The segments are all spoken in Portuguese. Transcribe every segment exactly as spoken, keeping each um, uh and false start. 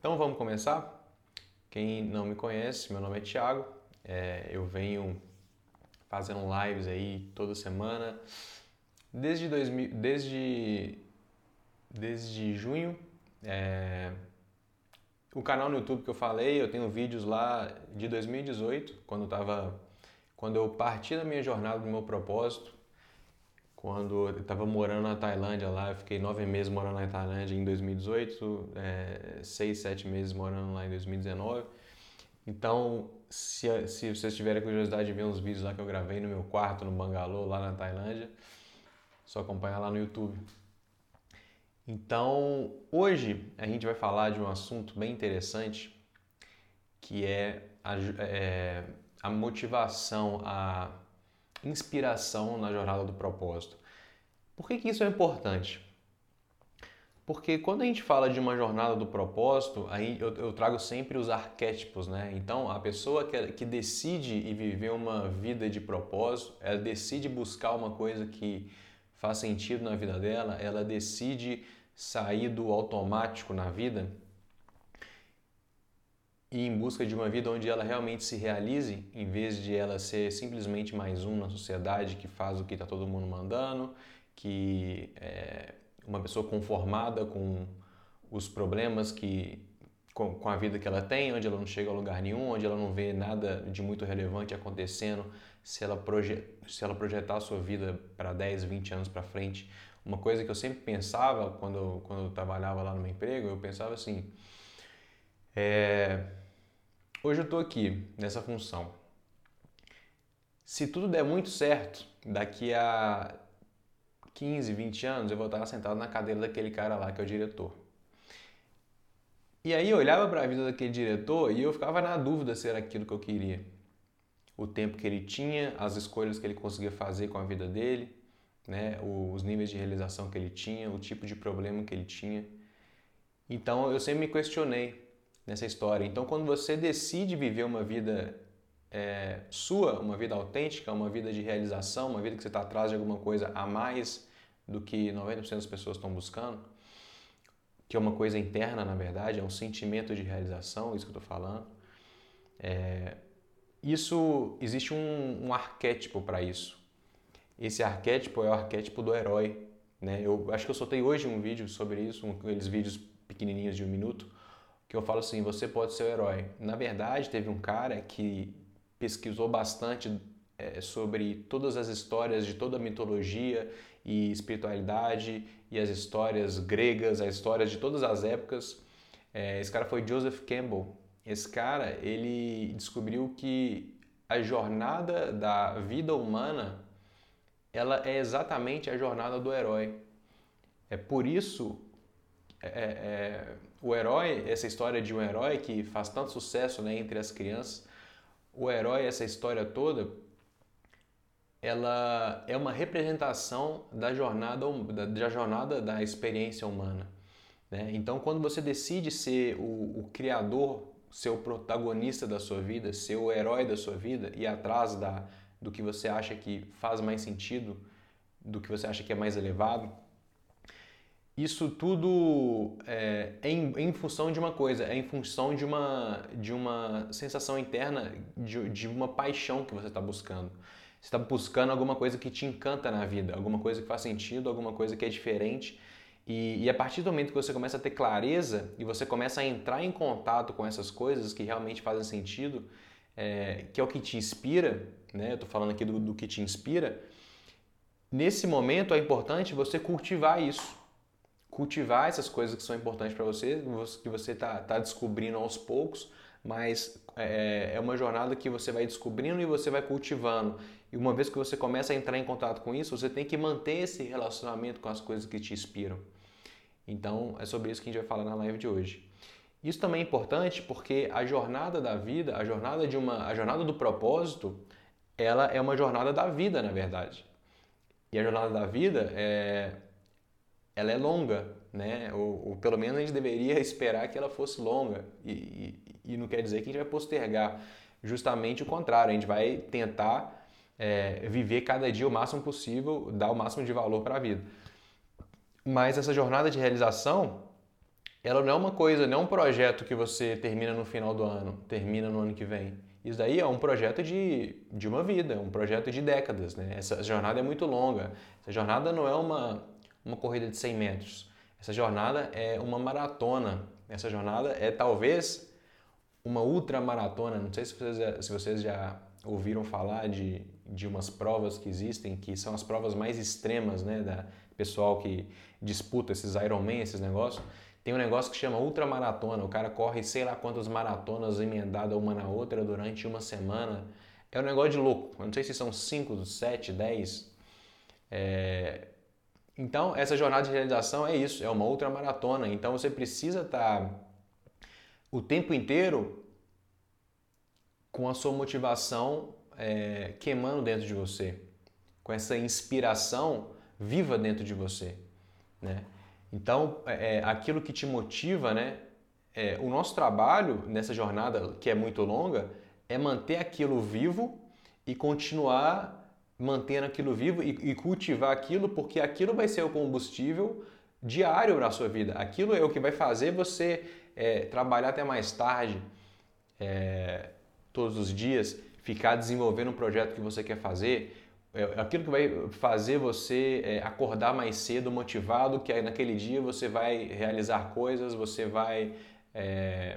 Então vamos começar? Quem não me conhece, meu nome é Thiago, é, eu venho fazendo lives aí toda semana, desde, dois mil, desde, desde junho. É, o canal no YouTube que eu falei, eu tenho vídeos lá de dois mil e dezoito, quando, eu tava, quando eu parti da minha jornada do meu propósito, quando eu estava morando na Tailândia lá, eu fiquei nove meses morando na Tailândia em dois mil e dezoito, é, seis, sete meses morando lá em dois mil e dezenove. Então, se, se vocês tiverem curiosidade de ver uns vídeos lá que eu gravei no meu quarto, no Bangalô, lá na Tailândia, só acompanhar lá no YouTube. Então, hoje a gente vai falar de um assunto bem interessante, que é a, é, a motivação, a inspiração na jornada do propósito. Por que que isso é importante? Porque quando a gente fala de uma jornada do propósito, aí eu, eu trago sempre os arquétipos, né? Então, a pessoa que, que decide e viver uma vida de propósito, ela decide buscar uma coisa que faz sentido na vida dela, ela decide sair do automático na vida e em busca de uma vida onde ela realmente se realize, em vez de ela ser simplesmente mais um na sociedade que faz o que está todo mundo mandando, que é uma pessoa conformada com os problemas que com, com a vida que ela tem, onde ela não chega a lugar nenhum, onde ela não vê nada de muito relevante acontecendo se ela, proje, se ela projetar a sua vida para dez, vinte anos para frente. Uma coisa que eu sempre pensava quando eu, quando eu trabalhava lá no meu emprego, eu pensava assim, é, hoje eu estou aqui nessa função. Se tudo der muito certo, daqui a quinze, vinte anos eu vou estar sentado na cadeira daquele cara lá que é o diretor. E aí eu olhava para a vida daquele diretor e eu ficava na dúvida se era aquilo que eu queria. O tempo que ele tinha, as escolhas que ele conseguia fazer com a vida dele, né? Os níveis de realização que ele tinha, o tipo de problema que ele tinha. Então eu sempre me questionei nessa história. Então quando você decide viver uma vida é, sua, uma vida autêntica, uma vida de realização, uma vida que você está atrás de alguma coisa a mais do que noventa por cento das pessoas estão buscando, que é uma coisa interna, na verdade, é um sentimento de realização, isso que eu estou falando. É, isso, existe um, um arquétipo para isso. Esse arquétipo é o arquétipo do herói. Né? Eu acho que eu soltei hoje um vídeo sobre isso, um, aqueles vídeos pequenininhos de um minuto, que eu falo assim, você pode ser o herói. Na verdade, teve um cara que pesquisou bastante é, sobre todas as histórias de toda a mitologia e espiritualidade e as histórias gregas, as histórias de todas as épocas. É, esse cara foi Joseph Campbell. Esse cara, ele descobriu que a jornada da vida humana, ela é exatamente a jornada do herói. É por isso é, é, o herói, essa história de um herói que faz tanto sucesso, né, entre as crianças, o herói, essa história toda, ela é uma representação da jornada, da jornada da experiência humana. Né? Então, quando você decide ser o, o criador, ser o protagonista da sua vida, ser o herói da sua vida, ir atrás da, do que você acha que faz mais sentido, do que você acha que é mais elevado, isso tudo é, é em, é em função de uma coisa, é em função de uma, de uma sensação interna, de, de uma paixão que você está buscando. Você está buscando alguma coisa que te encanta na vida, alguma coisa que faz sentido, alguma coisa que é diferente. E, e a partir do momento que você começa a ter clareza e você começa a entrar em contato com essas coisas que realmente fazem sentido, é, que é o que te inspira, né? Eu estou falando aqui do, do que te inspira. Nesse momento é importante você cultivar isso. Cultivar essas coisas que são importantes para você, que você está tá descobrindo aos poucos, mas é, é uma jornada que você vai descobrindo e você vai cultivando. E uma vez que você começa a entrar em contato com isso, você tem que manter esse relacionamento com as coisas que te inspiram. Então, é sobre isso que a gente vai falar na live de hoje. Isso também é importante porque a jornada da vida, a jornada de uma, a jornada do propósito, ela é uma jornada da vida, na verdade. E a jornada da vida é ela é longa, né? Ou, ou pelo menos a gente deveria esperar que ela fosse longa. E, e, e não quer dizer que a gente vai postergar. Justamente o contrário, a gente vai tentar é, viver cada dia o máximo possível, dar o máximo de valor para a vida. Mas essa jornada de realização, ela não é uma coisa, não é um projeto que você termina no final do ano, termina no ano que vem. Isso daí é um projeto de, de uma vida, um projeto de décadas, né? Essa jornada é muito longa. Essa jornada não é uma, uma corrida de cem metros. Essa jornada é uma maratona. Essa jornada é talvez uma ultramaratona. Não sei se vocês, já- se vocês já ouviram falar de, de umas provas que existem, que são as provas mais extremas, né? Da pessoal que disputa esses Ironman, esses negócios. Tem um negócio que chama ultramaratona. O cara corre sei lá quantas maratonas emendadas uma na outra durante uma semana. É um negócio de louco. Eu não sei se são cinco, sete, dez. É... Então, essa jornada de realização é isso, é uma ultramaratona. Então, você precisa estar o tempo inteiro com a sua motivação é, queimando dentro de você, com essa inspiração viva dentro de você, né? Então, é, aquilo que te motiva, né? É, o nosso trabalho nessa jornada, que é muito longa, é manter aquilo vivo e continuar mantendo aquilo vivo e, e cultivar aquilo, porque aquilo vai ser o combustível diário na sua vida. Aquilo é o que vai fazer você é, trabalhar até mais tarde, é, todos os dias, ficar desenvolvendo um projeto que você quer fazer, é aquilo que vai fazer você é, acordar mais cedo, motivado, que naquele dia você vai realizar coisas, você vai é,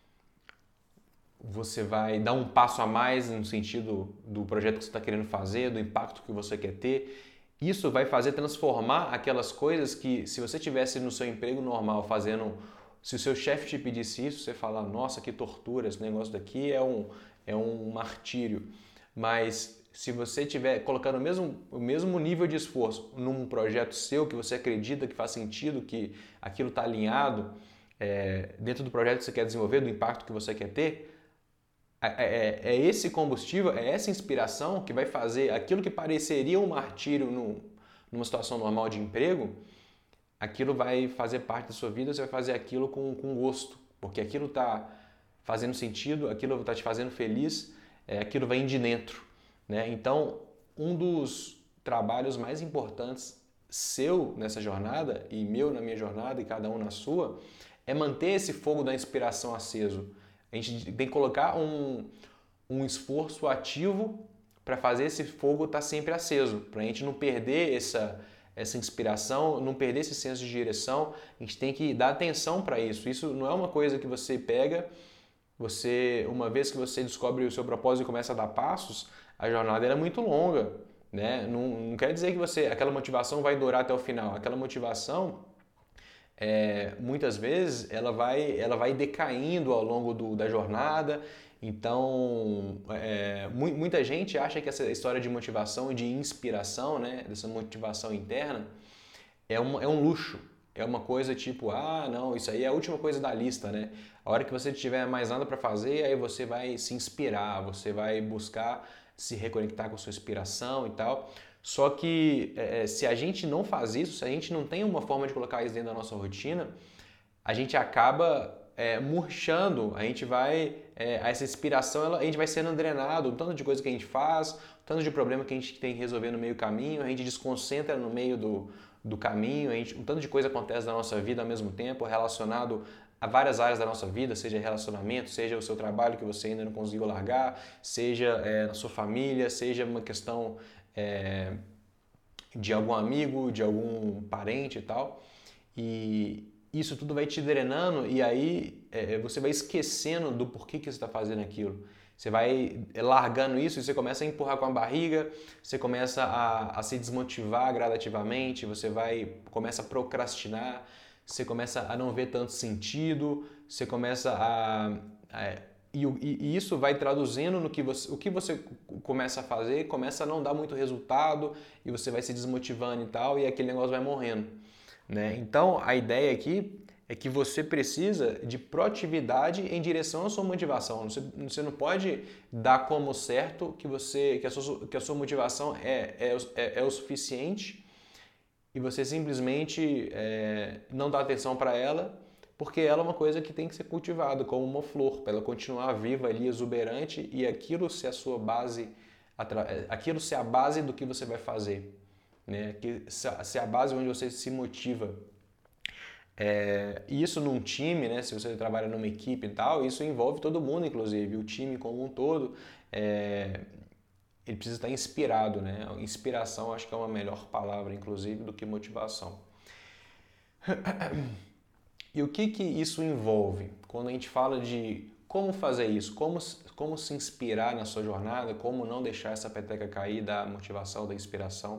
você vai dar um passo a mais no sentido do projeto que você está querendo fazer, do impacto que você quer ter. Isso vai fazer transformar aquelas coisas que, se você tivesse no seu emprego normal fazendo, se o seu chefe te pedisse isso, você fala, nossa, que tortura, esse negócio daqui é um, é um martírio. Mas se você estiver colocando o mesmo, o mesmo nível de esforço num projeto seu que você acredita que faz sentido, que aquilo está alinhado é, dentro do projeto que você quer desenvolver, do impacto que você quer ter, é, é, é esse combustível, é essa inspiração que vai fazer aquilo que pareceria um martírio no, numa situação normal de emprego, aquilo vai fazer parte da sua vida, você vai fazer aquilo com, com gosto, porque aquilo está fazendo sentido, aquilo está te fazendo feliz, é, aquilo vem de dentro, né? Então, um dos trabalhos mais importantes seu nessa jornada, e meu na minha jornada, e cada um na sua, é manter esse fogo da inspiração aceso. A gente tem que colocar um, um esforço ativo para fazer esse fogo estar sempre aceso, para a gente não perder essa, essa inspiração, não perder esse senso de direção. A gente tem que dar atenção para isso. Isso não é uma coisa que você pega, você, uma vez que você descobre o seu propósito e começa a dar passos, a jornada é muito longa, né? Não, não quer dizer que você, aquela motivação vai durar até o final. Aquela motivação é, muitas vezes ela vai, ela vai decaindo ao longo do, da jornada. Então, é, mu- muita gente acha que essa história de motivação e de inspiração, né, dessa motivação interna, é um, é um luxo. É uma coisa tipo, ah, não, isso aí é a última coisa da lista, né? A hora que você tiver mais nada para fazer, aí você vai se inspirar, você vai buscar se reconectar com a sua inspiração e tal. Só que é, se a gente não faz isso, se a gente não tem uma forma de colocar isso dentro da nossa rotina, a gente acaba é, murchando, a gente vai, é, essa inspiração, ela, a gente vai sendo drenado, o tanto de coisa que a gente faz, o tanto de problema que a gente tem que resolver no meio do caminho, a gente desconcentra no meio do, do caminho, a gente, um tanto de coisa acontece na nossa vida ao mesmo tempo, relacionado a várias áreas da nossa vida, seja relacionamento, seja o seu trabalho que você ainda não conseguiu largar, seja é, na sua família, seja uma questão é, de algum amigo, de algum parente e tal. E isso tudo vai te drenando e aí é, você vai esquecendo do porquê que você está fazendo aquilo. Você vai largando isso e você começa a empurrar com a barriga, você começa a, a se desmotivar gradativamente, você vai começa a procrastinar, você começa a não ver tanto sentido, você começa a, a e, e, isso vai traduzindo no que você, o que você começa a fazer, começa a não dar muito resultado e você vai se desmotivando e tal, e aquele negócio vai morrendo, né? Então a ideia aqui é que você precisa de proatividade em direção à sua motivação. Você, você não pode dar como certo que, você, que, a, sua, que a sua motivação é, é, é, é o suficiente e você simplesmente é, não dá atenção para ela, porque ela é uma coisa que tem que ser cultivada como uma flor, para ela continuar viva ali, exuberante, e aquilo ser a sua base, aquilo ser a base do que você vai fazer, né? Que ser a base onde você se motiva. É, e isso num time, né? Se você trabalha numa equipe e tal, isso envolve todo mundo, inclusive o time como um todo. É, ele precisa estar inspirado, né? Inspiração acho que é uma melhor palavra, inclusive, do que motivação. E o que que isso envolve? Quando a gente fala de como fazer isso, como, como se inspirar na sua jornada, como não deixar essa peteca cair da motivação, da inspiração,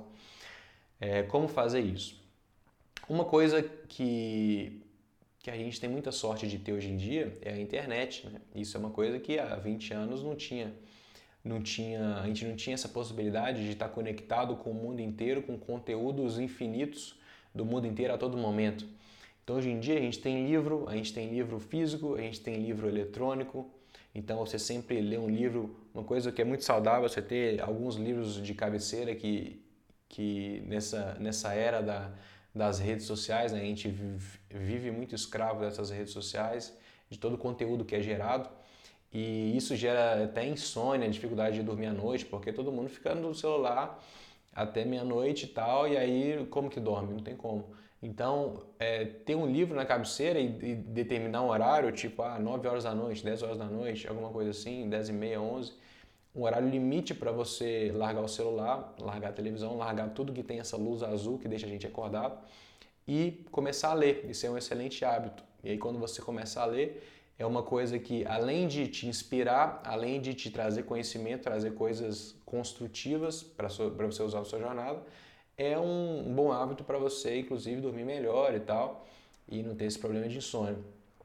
é, como fazer isso? Uma coisa que, que a gente tem muita sorte de ter hoje em dia é a internet, né? Isso é uma coisa que há vinte anos não tinha. Não tinha, a gente não tinha essa possibilidade de estar conectado com o mundo inteiro, com conteúdos infinitos do mundo inteiro a todo momento. Então hoje em dia a gente tem livro, a gente tem livro físico, a gente tem livro eletrônico. Então você sempre lê um livro, uma coisa que é muito saudável, você ter alguns livros de cabeceira que, que nessa, nessa era da, das redes sociais, né, a gente vive, vive muito escravo dessas redes sociais, de todo o conteúdo que é gerado. E isso gera até insônia, dificuldade de dormir à noite, porque todo mundo fica no celular até meia-noite e tal, e aí como que dorme? Não tem como. Então, é, ter um livro na cabeceira e, e determinar um horário, tipo, ah, nove horas da noite, dez horas da noite, alguma coisa assim, dez e meia, onze, um horário limite para você largar o celular, largar a televisão, largar tudo que tem essa luz azul que deixa a gente acordado e começar a ler. Isso é um excelente hábito. E aí, quando você começa a ler, é uma coisa que, além de te inspirar, além de te trazer conhecimento, trazer coisas construtivas para você usar na sua jornada, é um bom hábito para você, inclusive, dormir melhor e tal, e não ter esse problema de insônia.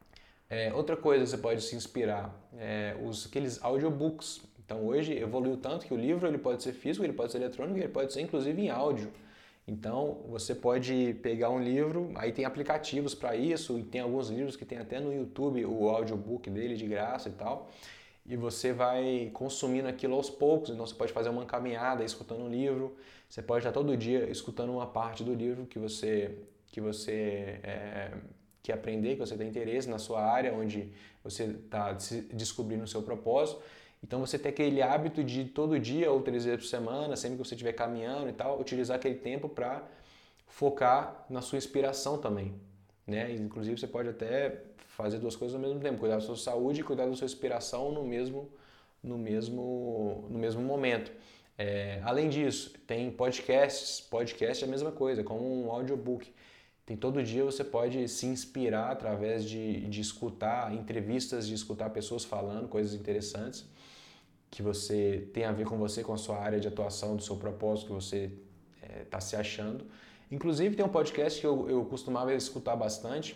É, outra coisa que você pode se inspirar é os, aqueles audiobooks. Então, hoje evoluiu tanto que o livro ele pode ser físico, ele pode ser eletrônico, ele pode ser inclusive em áudio. Então, você pode pegar um livro, aí tem aplicativos para isso, e tem alguns livros que tem até no YouTube o audiobook dele de graça e tal, e você vai consumindo aquilo aos poucos, então você pode fazer uma caminhada escutando um livro, você pode estar todo dia escutando uma parte do livro que você, que você é, quer aprender, que você tem interesse na sua área, onde você está descobrindo o seu propósito. Então você tem aquele hábito de todo dia ou três vezes por semana, sempre que você estiver caminhando e tal, utilizar aquele tempo para focar na sua inspiração também, né? Inclusive você pode até fazer duas coisas ao mesmo tempo, cuidar da sua saúde e cuidar da sua inspiração no mesmo, no mesmo, no mesmo momento. É, além disso, tem podcasts, podcast é a mesma coisa, como um audiobook. Tem todo dia você pode se inspirar através de, de escutar entrevistas, de escutar pessoas falando coisas interessantes que você tem a ver com você, com a sua área de atuação, do seu propósito que você está é, se achando. Inclusive tem um podcast que eu, eu costumava escutar bastante,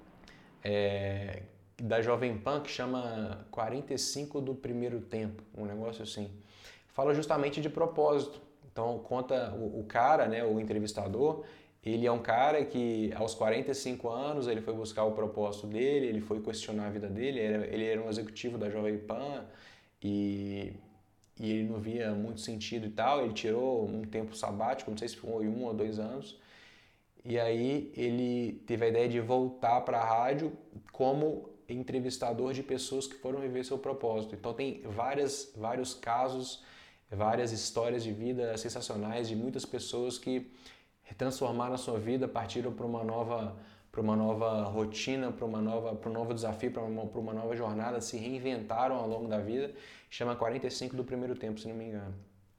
é, da Jovem Pan, que chama quarenta e cinco do Primeiro Tempo, um negócio assim. Fala justamente de propósito. Então conta o, o cara, né, o entrevistador, ele é um cara que aos quarenta e cinco anos ele foi buscar o propósito dele, ele foi questionar a vida dele, ele era, ele era um executivo da Jovem Pan e, e ele não via muito sentido e tal, ele tirou um tempo sabático, não sei se foi um ou dois anos, e aí ele teve a ideia de voltar para a rádio como entrevistador de pessoas que foram viver seu propósito. Então tem várias, vários casos, várias histórias de vida sensacionais de muitas pessoas que transformaram a sua vida, partiram para uma nova, para uma nova rotina, para uma nova, para um novo desafio, para uma, para uma nova jornada, se reinventaram ao longo da vida. Chama quarenta e cinco do Primeiro Tempo, se não me engano.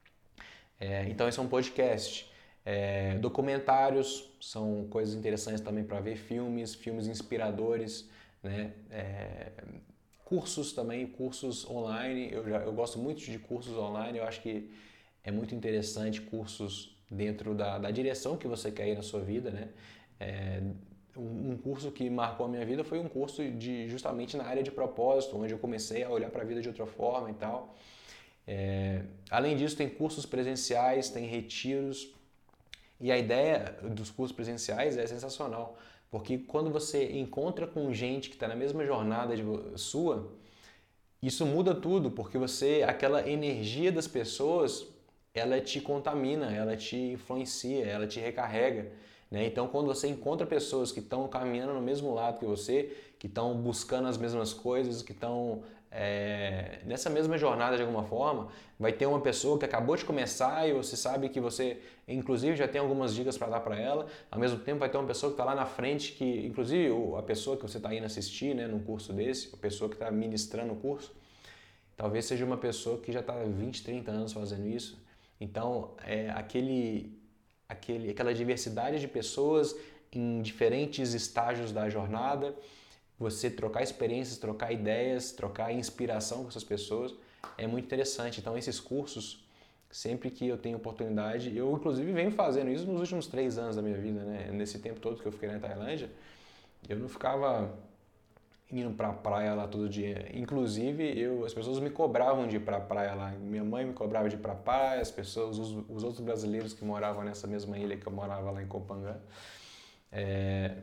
É, então esse é um podcast. É, documentários são coisas interessantes também para ver, filmes, filmes inspiradores, né? É, cursos também, cursos online. Eu, já, eu gosto muito de cursos online, eu acho que é muito interessante cursos dentro da, da direção que você quer ir na sua vida, né? É, um, um curso que marcou a minha vida foi um curso de justamente na área de propósito, onde eu comecei a olhar para a vida de outra forma e tal. É, além disso, tem cursos presenciais, tem retiros, e a ideia dos cursos presenciais é sensacional, porque quando você encontra com gente que está na mesma jornada de sua, isso muda tudo, porque você, aquela energia das pessoas, ela te contamina, ela te influencia, ela te recarrega, né? Então, quando você encontra pessoas que estão caminhando no mesmo lado que você, que estão buscando as mesmas coisas, que estão é, nessa mesma jornada de alguma forma. Vai ter uma pessoa que acabou de começar e você sabe que você, inclusive, já tem algumas dicas para dar para ela. Ao mesmo tempo, vai ter uma pessoa que está lá na frente, que, inclusive, a pessoa que você está indo assistir, né, num curso desse, a pessoa que está ministrando o curso, talvez seja uma pessoa que já está há vinte, trinta anos fazendo isso. Então, é, aquele, aquele, aquela diversidade de pessoas em diferentes estágios da jornada, você trocar experiências, trocar ideias, trocar inspiração com essas pessoas, é muito interessante. Então, esses cursos, sempre que eu tenho oportunidade, eu inclusive venho fazendo isso nos últimos três anos da minha vida, né? Nesse tempo todo que eu fiquei na Tailândia, eu não ficava indo pra praia lá todo dia. Inclusive, eu, as pessoas me cobravam de ir pra praia lá. Minha mãe me cobrava de ir pra praia, as pessoas, os, os outros brasileiros que moravam nessa mesma ilha que eu morava lá em Kopangan. É...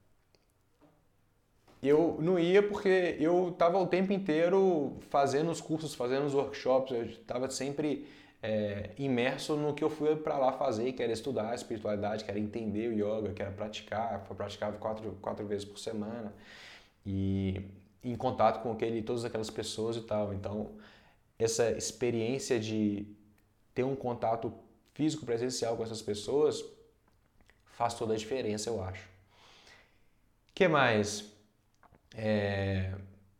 Eu não ia porque eu estava o tempo inteiro fazendo os cursos, fazendo os workshops, eu estava sempre é, imerso no que eu fui para lá fazer, que era estudar a espiritualidade, que era entender o yoga, que era praticar, eu praticava quatro, quatro vezes por semana. E em contato com aquele, todas aquelas pessoas e tal. Então, essa experiência de ter um contato físico presencial com essas pessoas faz toda a diferença, eu acho. O que mais? É...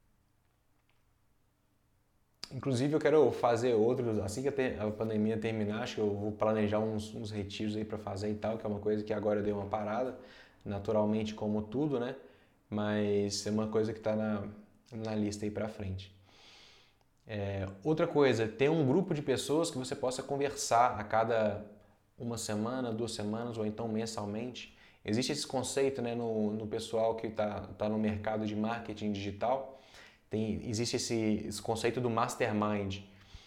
Inclusive, eu quero fazer outros, assim que a pandemia terminar, acho que eu vou planejar uns, uns retiros aí para fazer e tal, que é uma coisa que agora deu uma parada, naturalmente, como tudo, né? Mas é uma coisa que está na, na lista aí para frente. É, outra coisa, ter um grupo de pessoas que você possa conversar a cada uma semana, duas semanas ou então mensalmente. Existe esse conceito, né, no, no pessoal que está tá no mercado de marketing digital, tem, existe esse, esse conceito do mastermind.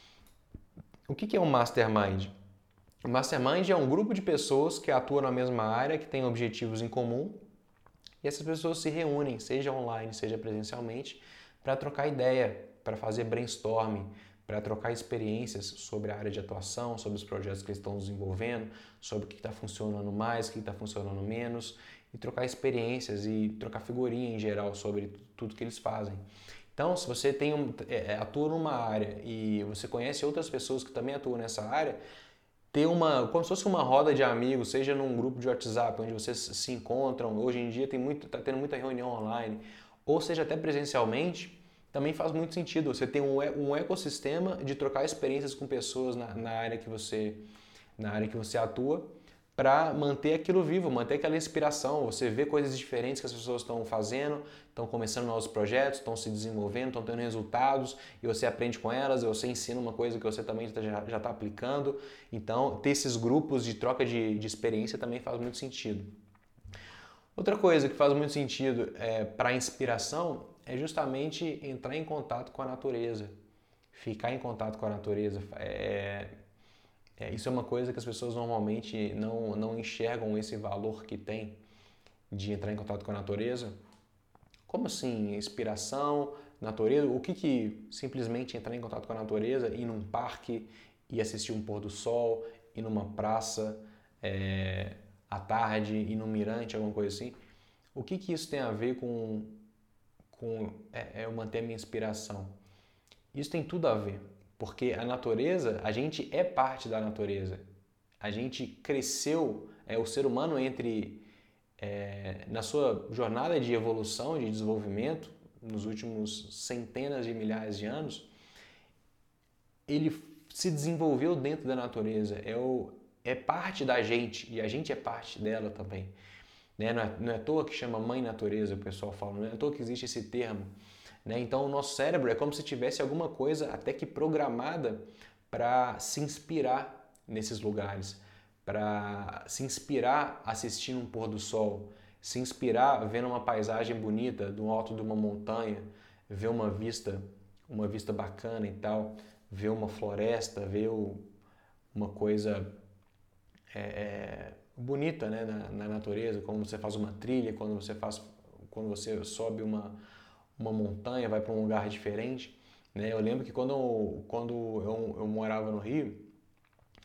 O que, que é um mastermind? O mastermind é um grupo de pessoas que atuam na mesma área, que têm objetivos em comum, e essas pessoas se reúnem, seja online, seja presencialmente, para trocar ideia, para fazer brainstorming, para trocar experiências sobre a área de atuação, sobre os projetos que eles estão desenvolvendo, sobre o que está funcionando mais, o que está funcionando menos, e trocar experiências e trocar figurinha em geral sobre tudo que eles fazem. Então, se você tem um, é, atua numa área e você conhece outras pessoas que também atuam nessa área, ter uma, como se fosse uma roda de amigos, seja num grupo de WhatsApp onde vocês se encontram, hoje em dia tem muito, tá tendo muita reunião online, ou seja até presencialmente, também faz muito sentido. Você tem um, um ecossistema de trocar experiências com pessoas na, na área que você, na área que você atua, para manter aquilo vivo, manter aquela inspiração. Você vê coisas diferentes que as pessoas estão fazendo, estão começando novos projetos, estão se desenvolvendo, estão tendo resultados e você aprende com elas, você ensina uma coisa que você também já está aplicando. Então, ter esses grupos de troca de, de experiência também faz muito sentido. Outra coisa que faz muito sentido é, para inspiração é justamente entrar em contato com a natureza, ficar em contato com a natureza. É, É, isso é uma coisa que as pessoas normalmente não, não enxergam esse valor que tem de entrar em contato com a natureza. Como assim? Inspiração, natureza? O que que simplesmente entrar em contato com a natureza, ir num parque e assistir um pôr do sol, ir numa praça é, à tarde, ir num mirante, alguma coisa assim? O que que isso tem a ver com, com é, é, eu manter a minha inspiração? Isso tem tudo a ver. Porque a natureza, a gente é parte da natureza. A gente cresceu, é, o ser humano entre é, na sua jornada de evolução, de desenvolvimento, nos últimos centenas de milhares de anos, ele se desenvolveu dentro da natureza. É, o, é parte da gente e a gente é parte dela também. Né? Não, é, não é à toa que chama mãe natureza, o pessoal fala, não é à toa que existe esse termo. Né? Então, o nosso cérebro é como se tivesse alguma coisa até que programada para se inspirar nesses lugares, para se inspirar assistindo um pôr do sol, se inspirar vendo uma paisagem bonita do alto de uma montanha, ver uma vista, uma vista bacana e tal, ver uma floresta, ver uma coisa é, é, bonita, né, na, na natureza, quando você faz uma trilha, quando você faz, quando você sobe uma uma montanha, vai para um lugar diferente. Né? Eu lembro que quando, eu, quando eu, eu morava no Rio,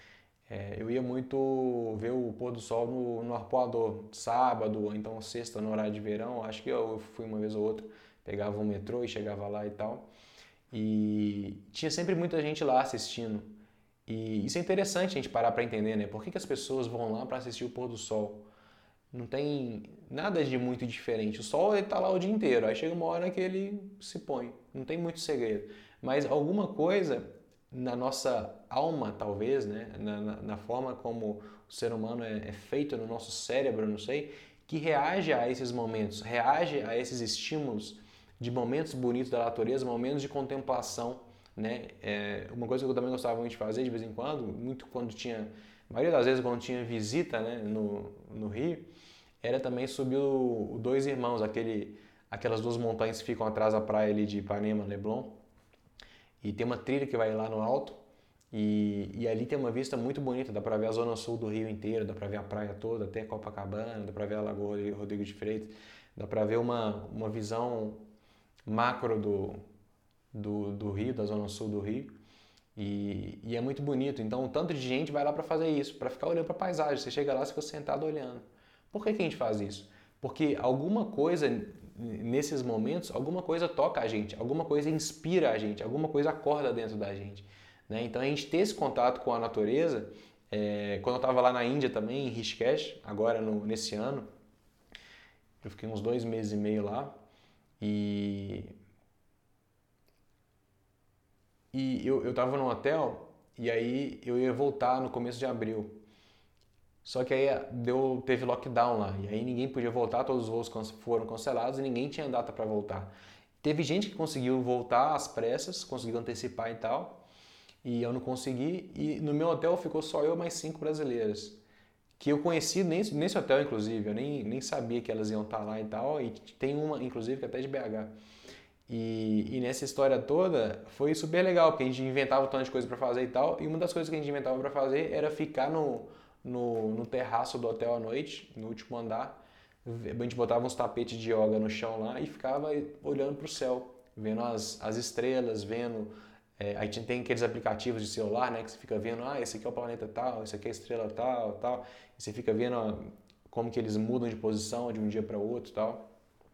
É, eu ia muito ver o pôr do sol no, no Arpoador, sábado, ou então sexta, no horário de verão. Acho que eu fui uma vez ou outra, pegava um metrô e chegava lá e tal. E tinha sempre muita gente lá assistindo. E isso é interessante a gente parar para entender, né? Por que, que as pessoas vão lá para assistir o pôr do sol? Não tem nada de muito diferente. O sol está lá o dia inteiro, aí chega uma hora que ele se põe. Não tem muito segredo. Mas alguma coisa na nossa alma, talvez, né? na, na, na forma como o ser humano é, é feito, no nosso cérebro, não sei, que reage a esses momentos, reage a esses estímulos de momentos bonitos da natureza, momentos de contemplação. Né? É, uma coisa que eu também gostava muito de fazer de vez em quando, muito quando tinha, a maioria das vezes quando tinha visita, né, no, no Rio, era também subir o, o Dois Irmãos, aquele, aquelas duas montanhas que ficam atrás da praia ali de Ipanema, Leblon. E tem uma trilha que vai lá no alto e, e ali tem uma vista muito bonita, dá pra ver a zona sul do Rio inteiro, dá pra ver a praia toda, até Copacabana, dá pra ver a Lagoa Rodrigo de Freitas, dá pra ver uma, uma visão macro do, do, do Rio, da zona sul do Rio. E, e é muito bonito. Então, um tanto de gente vai lá para fazer isso, para ficar olhando para a paisagem. Você chega lá e fica sentado olhando. Por que, que a gente faz isso? Porque alguma coisa, nesses momentos, alguma coisa toca a gente, alguma coisa inspira a gente, alguma coisa acorda dentro da gente. Né? Então, a gente ter esse contato com a natureza, é, quando eu estava lá na Índia também, em Rishikesh, agora no, nesse ano, eu fiquei uns dois meses e meio lá, e E eu, eu tava num hotel e aí eu ia voltar no começo de abril. Só que aí deu, teve lockdown lá e aí ninguém podia voltar, todos os voos foram cancelados e ninguém tinha data para voltar. Teve gente que conseguiu voltar às pressas, conseguiu antecipar e tal, e eu não consegui. E no meu hotel ficou só eu mais cinco brasileiras, que eu conheci nesse, nesse hotel, inclusive. Eu nem, nem sabia que elas iam estar lá e tal, e tem uma, inclusive, que é até de B H. E, e nessa história toda foi super legal, porque a gente inventava um tanto de coisa para fazer e tal, e uma das coisas que a gente inventava para fazer era ficar no, no, no terraço do hotel à noite, no último andar. A gente botava uns tapetes de yoga no chão lá e ficava olhando para o céu, vendo as, as estrelas, vendo... É, aí tem aqueles aplicativos de celular, né, que você fica vendo, ah, esse aqui é o planeta tal, esse aqui é a estrela tal, tal, e você fica vendo ó, como que eles mudam de posição de um dia para o outro e tal.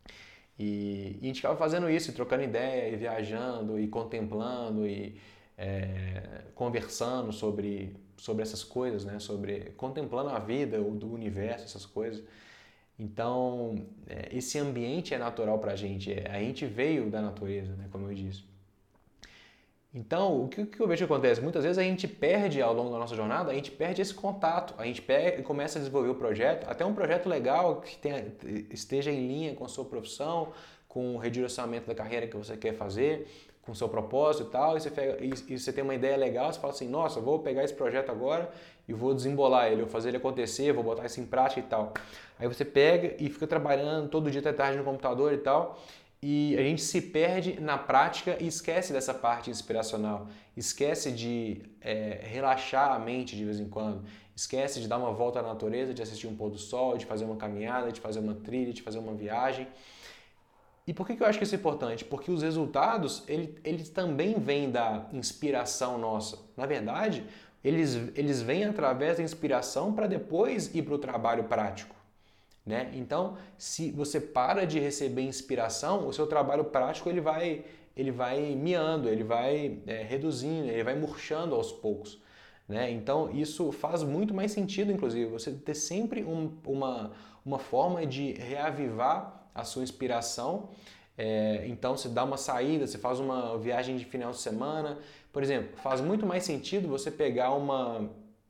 E, e a gente ficava fazendo isso, trocando ideia, e viajando, e contemplando, e é, conversando sobre, sobre essas coisas, né? Sobre, contemplando a vida, o do universo, essas coisas. Então, é, esse ambiente é natural para a gente, é, a gente veio da natureza, né? Como eu disse. Então, o que, que eu vejo que acontece? Muitas vezes a gente perde ao longo da nossa jornada, a gente perde esse contato, a gente pega, começa a desenvolver o projeto, até um projeto legal que tenha, esteja em linha com a sua profissão, com o redirecionamento da carreira que você quer fazer, com o seu propósito e tal, e você, pega, e, e você tem uma ideia legal, você fala assim, nossa, vou pegar esse projeto agora e vou desembolar ele, vou fazer ele acontecer, vou botar isso em prática e tal. Aí você pega e fica trabalhando todo dia até tarde no computador e tal, e a gente se perde na prática e esquece dessa parte inspiracional, esquece de é, relaxar a mente de vez em quando, esquece de dar uma volta à natureza, de assistir um pôr do sol, de fazer uma caminhada, de fazer uma trilha, de fazer uma viagem. E por que eu acho que isso é importante? Porque os resultados, ele, eles também vêm da inspiração nossa. Na verdade, eles, eles vêm através da inspiração para depois ir para o trabalho prático. Né? Então, se você para de receber inspiração, o seu trabalho prático ele vai, ele vai miando, ele vai é, reduzindo, ele vai murchando aos poucos. Né? Então, isso faz muito mais sentido, inclusive, você ter sempre um, uma, uma forma de reavivar a sua inspiração. É, então, você dá uma saída, você faz uma viagem de final de semana. Por exemplo, faz muito mais sentido você pegar uma...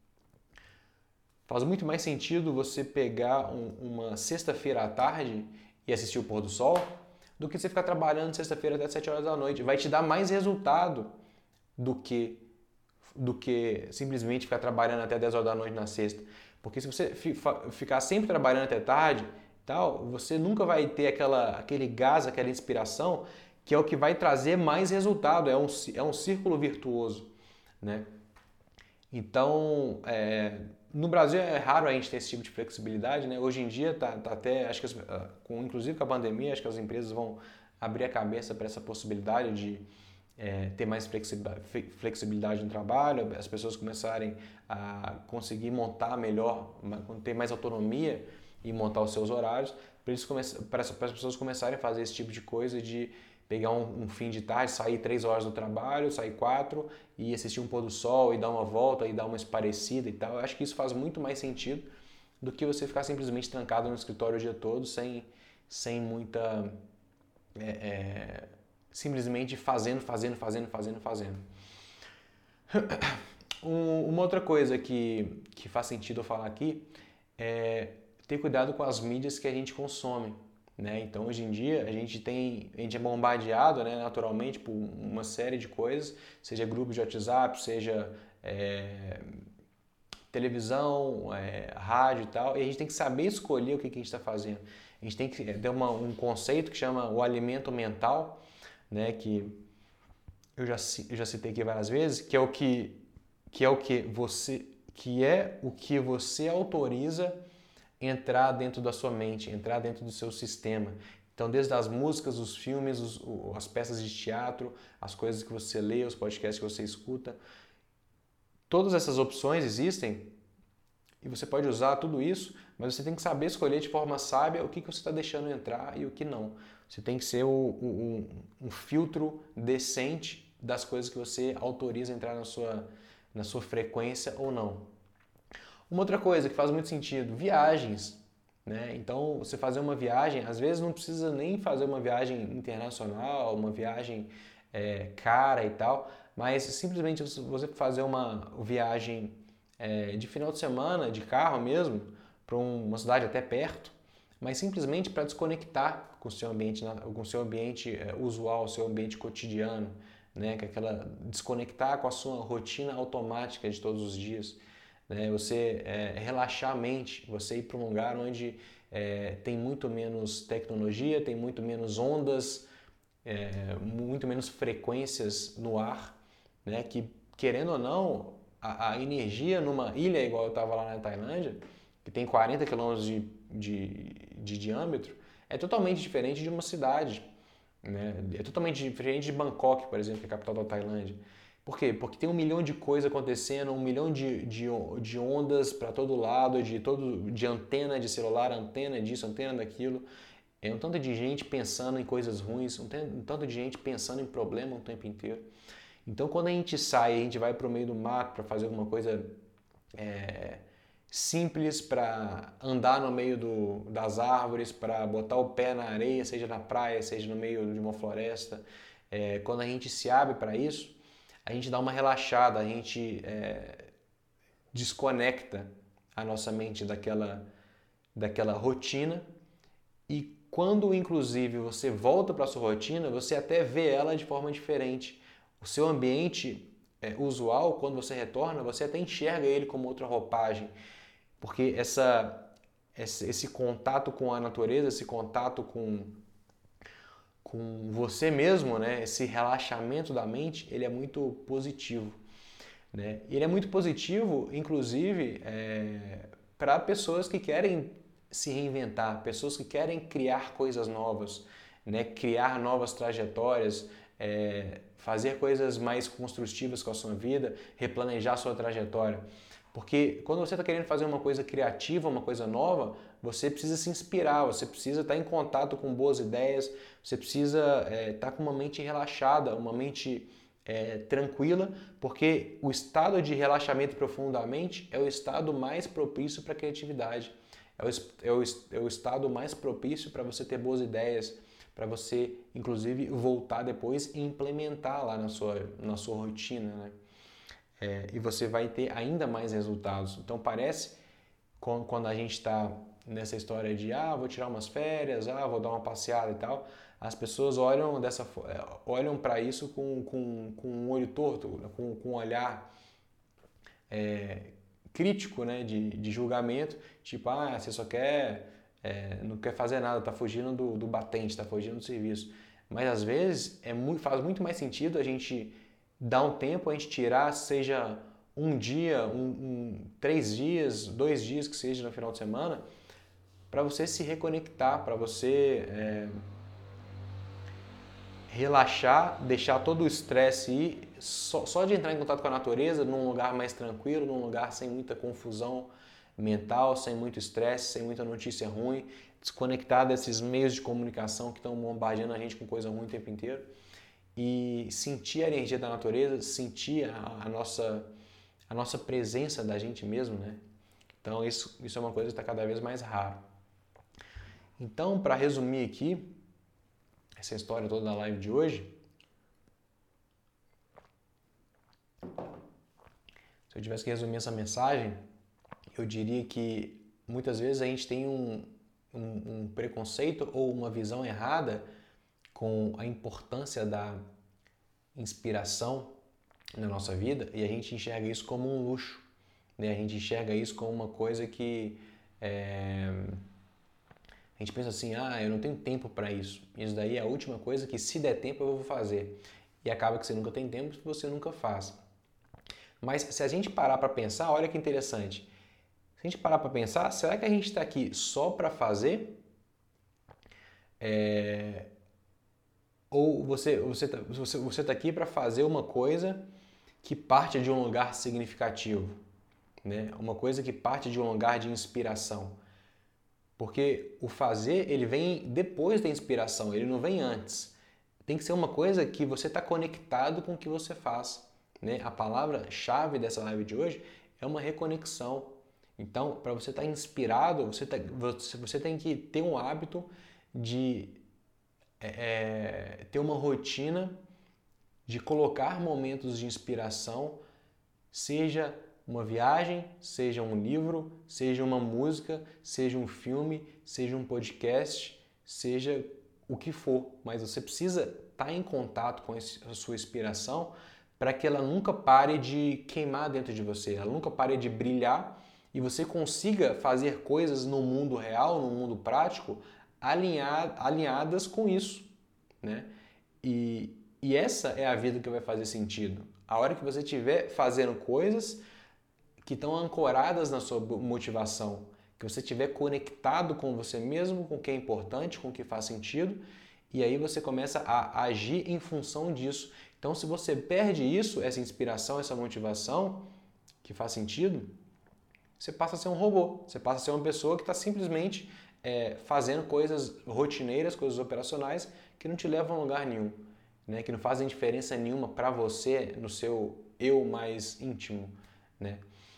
Faz muito mais sentido você pegar um, uma sexta-feira à tarde e assistir o pôr do sol do que você ficar trabalhando sexta-feira até sete horas da noite. Vai te dar mais resultado do que, do que simplesmente ficar trabalhando até dez horas da noite na sexta. Porque se você ficar sempre trabalhando até tarde, tal, você nunca vai ter aquela, aquele gás, aquela inspiração, que é o que vai trazer mais resultado. É um, é um círculo virtuoso. Né? Então, é, no Brasil é raro a gente ter esse tipo de flexibilidade, né? Hoje em dia tá, tá até, acho que as, com, inclusive com a pandemia, acho que as empresas vão abrir a cabeça para essa possibilidade de é, ter mais flexibilidade no trabalho, as pessoas começarem a conseguir montar melhor, ter mais autonomia e montar os seus horários, para as pessoas começarem a fazer esse tipo de coisa de pegar um, um fim de tarde, sair três horas do trabalho, sair quatro e assistir um pôr do sol e dar uma volta e dar uma esparecida e tal. Eu acho que isso faz muito mais sentido do que você ficar simplesmente trancado no escritório o dia todo sem, sem muita... É, é, simplesmente fazendo, fazendo, fazendo, fazendo, fazendo. Um, uma outra coisa que, que faz sentido eu falar aqui é ter cuidado com as mídias que a gente consome. Né? Então, hoje em dia, a gente, tem, a gente é bombardeado, né, naturalmente por uma série de coisas, seja grupo de WhatsApp, seja é, televisão, é, rádio e tal, e a gente tem que saber escolher o que, que a gente está fazendo. A gente tem que ter uma, um conceito que chama o alimento mental, né, que eu já, eu já citei aqui várias vezes, que é o que, que é o que você, que é o que você autoriza entrar dentro da sua mente, entrar dentro do seu sistema. Então, desde as músicas, os filmes, os, as peças de teatro, as coisas que você lê, os podcasts que você escuta, todas essas opções existem e você pode usar tudo isso, mas você tem que saber escolher de forma sábia o que, que você está deixando entrar e o que não. Você tem que ser o, o, um, um filtro decente das coisas que você autoriza entrar na sua, na sua frequência ou não. Uma outra coisa que faz muito sentido, viagens. Né? Então, você fazer uma viagem, às vezes não precisa nem fazer uma viagem internacional, uma viagem é, cara e tal, mas simplesmente você fazer uma viagem é, de final de semana, de carro mesmo, para uma cidade até perto, mas simplesmente para desconectar com o seu ambiente, com o seu ambiente é, usual, o seu ambiente cotidiano, né? Que é aquela, desconectar com a sua rotina automática de todos os dias. Né? Você é, relaxar a mente, você ir para um lugar onde é, tem muito menos tecnologia, tem muito menos ondas, é, muito menos frequências no ar, né? Que, querendo ou não, a, a energia numa ilha, igual eu estava lá na Tailândia, que tem quarenta quilômetros de, de, de diâmetro, é totalmente diferente de uma cidade. Né? É totalmente diferente de Bangkok, por exemplo, que é a capital da Tailândia. Por quê? Porque tem um milhão de coisas acontecendo, um milhão de, de, de ondas para todo lado, de, todo, de antena de celular, antena disso, antena daquilo. É um tanto de gente pensando em coisas ruins, um tanto de gente pensando em problema o tempo inteiro. Então, quando a gente sai, a gente vai para o meio do mato para fazer alguma coisa é, simples, para andar no meio do, das árvores, para botar o pé na areia, seja na praia, seja no meio de uma floresta. É, quando a gente se abre para isso, a gente dá uma relaxada, a gente é, desconecta a nossa mente daquela, daquela rotina e quando, inclusive, você volta para a sua rotina, você até vê ela de forma diferente. O seu ambiente é, usual, quando você retorna, você até enxerga ele como outra roupagem, porque essa, esse, esse contato com a natureza, esse contato com com você mesmo, né? Esse relaxamento da mente, ele é muito positivo. Né? Ele é muito positivo, inclusive, é, para pessoas que querem se reinventar, pessoas que querem criar coisas novas, né? Criar novas trajetórias, é, fazer coisas mais construtivas com a sua vida, replanejar a sua trajetória. Porque quando você está querendo fazer uma coisa criativa, uma coisa nova, você precisa se inspirar, você precisa estar em contato com boas ideias, você precisa é, estar com uma mente relaxada, uma mente é, tranquila, porque o estado de relaxamento profundamente é o estado mais propício para a criatividade, é o, é, o, é o estado mais propício para você ter boas ideias, para você, inclusive, voltar depois e implementar lá na sua, na sua rotina, né? É, e você vai ter ainda mais resultados. Então parece, quando a gente está nessa história de ah, vou tirar umas férias, ah, vou dar uma passeada e tal, as pessoas olham, dessa, olham para isso com, com, com um olho torto, com, com um olhar é, crítico, né, de, de julgamento, tipo, ah, você só quer, é, não quer fazer nada, está fugindo do, do batente, está fugindo do serviço. Mas às vezes é muito, faz muito mais sentido a gente dar um tempo, a gente tirar, seja um dia, um, um, três dias, dois dias que seja no final de semana, para você se reconectar, para você é, relaxar, deixar todo o estresse ir, só, só de entrar em contato com a natureza, num lugar mais tranquilo, num lugar sem muita confusão mental, sem muito estresse, sem muita notícia ruim, desconectar desses meios de comunicação que estão bombardeando a gente com coisa ruim o tempo inteiro e sentir a energia da natureza, sentir a, a nossa, a nossa presença da gente mesmo, né? Então isso, isso é uma coisa que está cada vez mais raro. Então, para resumir aqui, essa história toda da live de hoje, se eu tivesse que resumir essa mensagem, eu diria que muitas vezes a gente tem um, um, um preconceito ou uma visão errada com a importância da inspiração na nossa vida e a gente enxerga isso como um luxo, né? A gente enxerga isso como uma coisa que é... a gente pensa assim, ah, eu não tenho tempo para isso. Isso daí é a última coisa que se der tempo eu vou fazer. E acaba que você nunca tem tempo porque você nunca faz. Mas se a gente parar para pensar, olha que interessante. Se a gente parar para pensar, será que a gente está aqui só para fazer? É... Ou você você tá, você, você tá aqui para fazer uma coisa que parte de um lugar significativo, né? Uma coisa que parte de um lugar de inspiração. Porque o fazer, ele vem depois da inspiração, ele não vem antes. Tem que ser uma coisa que você está conectado com o que você faz, né? A palavra-chave dessa live de hoje é uma reconexão. Então, para você estar inspirado, você, tá, você, você tem que ter um hábito de é, ter uma rotina de colocar momentos de inspiração, seja uma viagem, seja um livro, seja uma música, seja um filme, seja um podcast, seja o que for. Mas você precisa estar em contato com a sua inspiração para que ela nunca pare de queimar dentro de você, ela nunca pare de brilhar e você consiga fazer coisas no mundo real, no mundo prático, alinhar, alinhadas com isso, né? E, e essa é a vida que vai fazer sentido. A hora que você estiver fazendo coisas que estão ancoradas na sua motivação, que você estiver conectado com você mesmo, com o que é importante, com o que faz sentido, e aí você começa a agir em função disso. Então, se você perde isso, essa inspiração, essa motivação que faz sentido, você passa a ser um robô, você passa a ser uma pessoa que está simplesmente é, fazendo coisas rotineiras, coisas operacionais que não te levam a lugar nenhum, né? Que não fazem diferença nenhuma para você no seu eu mais íntimo, né?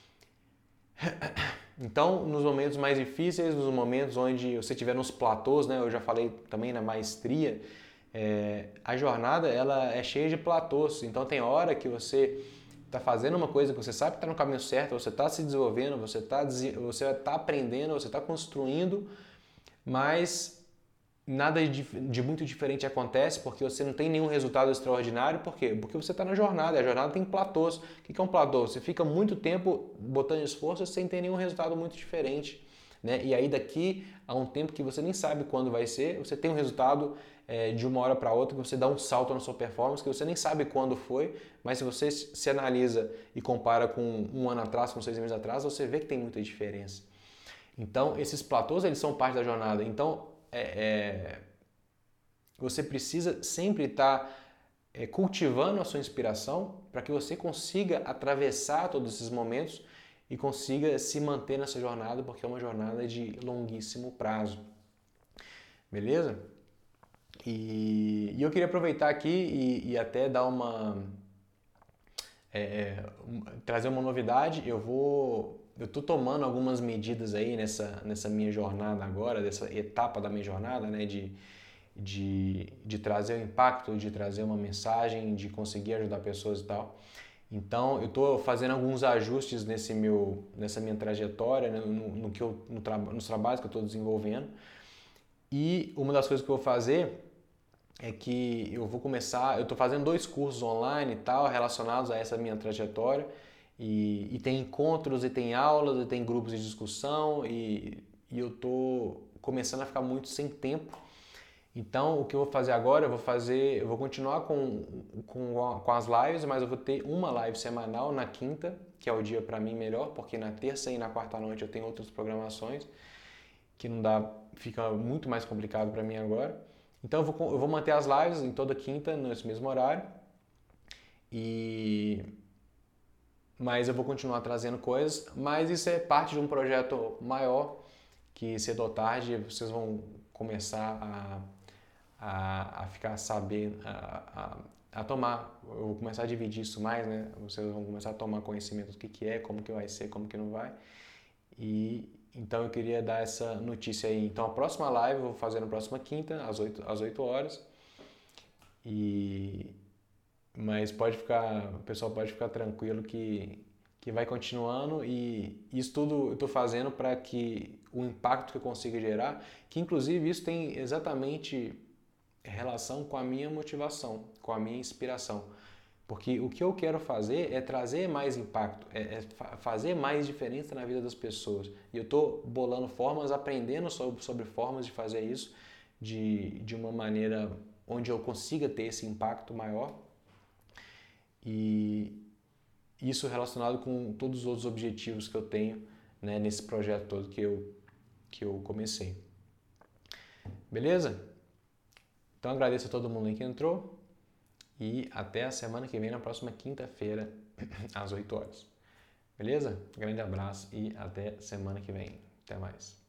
Então, nos momentos mais difíceis, nos momentos onde você estiver nos platôs, né? Eu já falei também na maestria, é, a jornada ela é cheia de platôs, então tem hora que você está fazendo uma coisa que você sabe que está no caminho certo, você está se desenvolvendo, você está você tá aprendendo, você está construindo, mas nada de, de muito diferente acontece porque você não tem nenhum resultado extraordinário. Por quê? Porque você está na jornada, a jornada tem platôs. O que é um platô? Você fica muito tempo botando esforço sem ter nenhum resultado muito diferente, né? E aí daqui a um tempo que você nem sabe quando vai ser, você tem um resultado é, de uma hora para outra, que você dá um salto na sua performance, que você nem sabe quando foi, mas se você se analisa e compara com um ano atrás, com seis meses atrás, você vê que tem muita diferença. Então, esses platôs, eles são parte da jornada. Então, é, é, você precisa sempre estar é, cultivando a sua inspiração para que você consiga atravessar todos esses momentos e consiga se manter nessa jornada, porque é uma jornada de longuíssimo prazo. Beleza? E, e eu queria aproveitar aqui e, e até dar uma... É, trazer uma novidade. Eu vou... Eu estou tomando algumas medidas aí nessa, nessa minha jornada agora, dessa etapa da minha jornada, né, de, de, de trazer o impacto, de trazer uma mensagem, de conseguir ajudar pessoas e tal. Então, eu estou fazendo alguns ajustes nesse meu, nessa minha trajetória, né, no, no que eu, no tra nos trabalhos que eu estou desenvolvendo. E uma das coisas que eu vou fazer é que eu vou começar, eu estou fazendo dois cursos online e tal, relacionados a essa minha trajetória. E, e tem encontros, e tem aulas, e tem grupos de discussão, e, e eu estou começando a ficar muito sem tempo. Então, o que eu vou fazer agora, eu vou fazer, eu vou continuar com, com, com as lives, mas eu vou ter uma live semanal na quinta, que é o dia para mim melhor, porque na terça e na quarta noite eu tenho outras programações, que não dá, fica muito mais complicado para mim agora. Então eu vou, eu vou manter as lives em toda quinta, nesse mesmo horário. E... Mas eu vou continuar trazendo coisas, mas isso é parte de um projeto maior, que cedo ou tarde vocês vão começar a, a, a ficar sabendo, a, a, a tomar, eu vou começar a dividir isso mais, né? Vocês vão começar a tomar conhecimento do que, que é, como que vai ser, como que não vai. E então eu queria dar essa notícia aí. Então a próxima live eu vou fazer na próxima quinta, às oito, às oito horas. E... Mas pode ficar, o pessoal pode ficar tranquilo que, que vai continuando, e isso tudo eu estou fazendo para que o impacto que eu consiga gerar, que inclusive isso tem exatamente relação com a minha motivação, com a minha inspiração. Porque o que eu quero fazer é trazer mais impacto, é, é fazer mais diferença na vida das pessoas. E eu estou bolando formas, aprendendo sobre, sobre formas de fazer isso de, de uma maneira onde eu consiga ter esse impacto maior. E isso relacionado com todos os outros objetivos que eu tenho, né, nesse projeto todo que eu, que eu comecei. Beleza? Então agradeço a todo mundo aí que entrou e até a semana que vem, na próxima quinta-feira, às oito horas. Beleza? Grande abraço e até semana que vem. Até mais.